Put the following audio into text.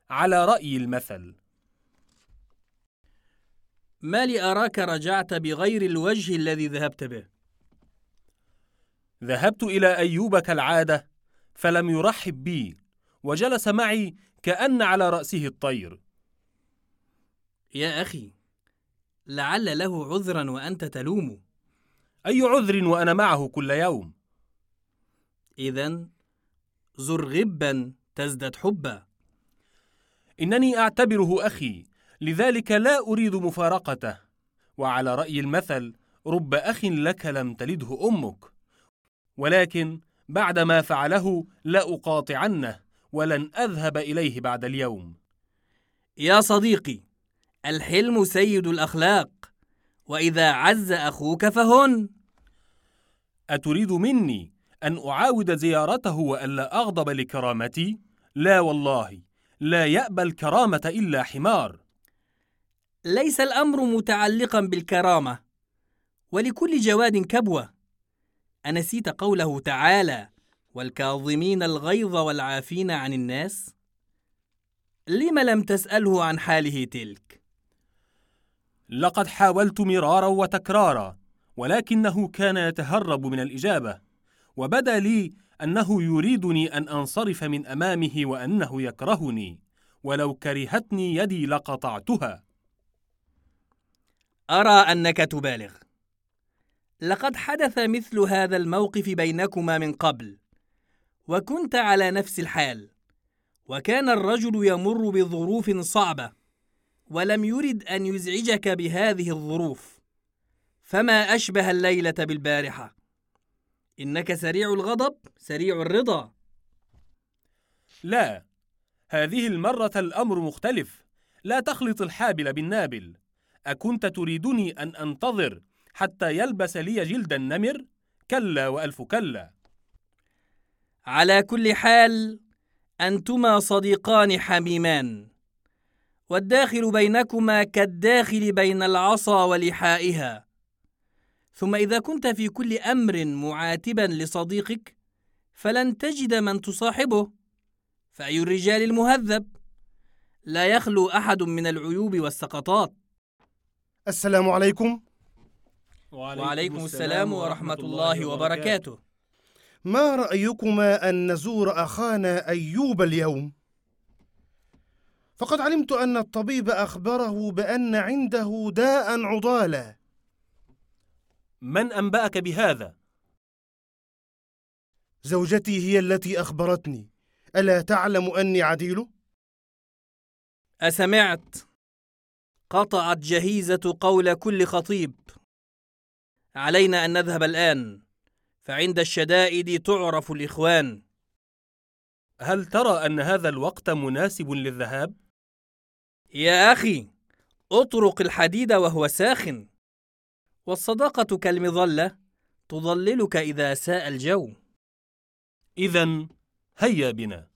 على رأي المثل. ما لي أراك رجعت بغير الوجه الذي ذهبت به؟ ذهبت إلى أيوب كالعادة فلم يرحب بي، وجلس معي كأن على رأسه الطير. يا أخي، لعل له عذرا وأنت تلومه. أي عذر وأنا معه كل يوم؟ إذن زر غبا تزدد حبا. إنني أعتبره أخي، لذلك لا أريد مفارقته، وعلى رأي المثل رب أخ لك لم تلده أمك. ولكن بعد ما فعله لا أقاطعنه، ولن أذهب إليه بعد اليوم. يا صديقي، الحلم سيد الأخلاق، وإذا عز أخوك فهن. أتريد مني أن أعاود زيارته وألا أغضب لكرامتي؟ لا والله، لا يأبى الكرامة إلا حمار. ليس الأمر متعلقا بالكرامة، ولكل جواد كبوة. أنسيت قوله تعالى: والكاظمين الغيظ والعافين عن الناس؟ لم لم تسأله عن حاله تلك؟ لقد حاولت مرارا وتكرارا، ولكنه كان يتهرب من الإجابة، وبدا لي أنه يريدني أن أنصرف من أمامه وأنه يكرهني، ولو كرهتني يدي لقطعتها. أرى أنك تبالغ. لقد حدث مثل هذا الموقف بينكما من قبل، وكنت على نفس الحال، وكان الرجل يمر بظروف صعبة ولم يرد أن يزعجك بهذه الظروف، فما أشبه الليلة بالبارحة. إنك سريع الغضب سريع الرضا. لا، هذه المرة الأمر مختلف. لا تخلط الحابل بالنابل. أكنت تريدني أن أنتظر حتى يلبس لي جلد النمر؟ كلا وألف كلا. على كل حال، أنتما صديقان حميمان، والداخل بينكما كالداخل بين العصا ولحائها. ثم إذا كنت في كل أمر معاتبا لصديقك فلن تجد من تصاحبه، فأي الرجال المهذب لا يخلو أحد من العيوب والسقطات. السلام عليكم. وعليكم السلام ورحمة الله وبركاته. ما رأيكما أن نزور أخانا أيوب اليوم؟ فقد علمت أن الطبيب أخبره بأن عنده داء عضالا. من أنبأك بهذا؟ زوجتي هي التي أخبرتني. ألا تعلم أني عديله؟ أسمعت؟ قطعت جهيزة قول كل خطيب. علينا أن نذهب الآن، فعند الشدائد تعرف الإخوان. هل ترى أن هذا الوقت مناسب للذهاب؟ يا أخي، اطرق الحديد وهو ساخن، والصداقة كالمظلة تظللك إذا ساء الجو. إذن هيا بنا.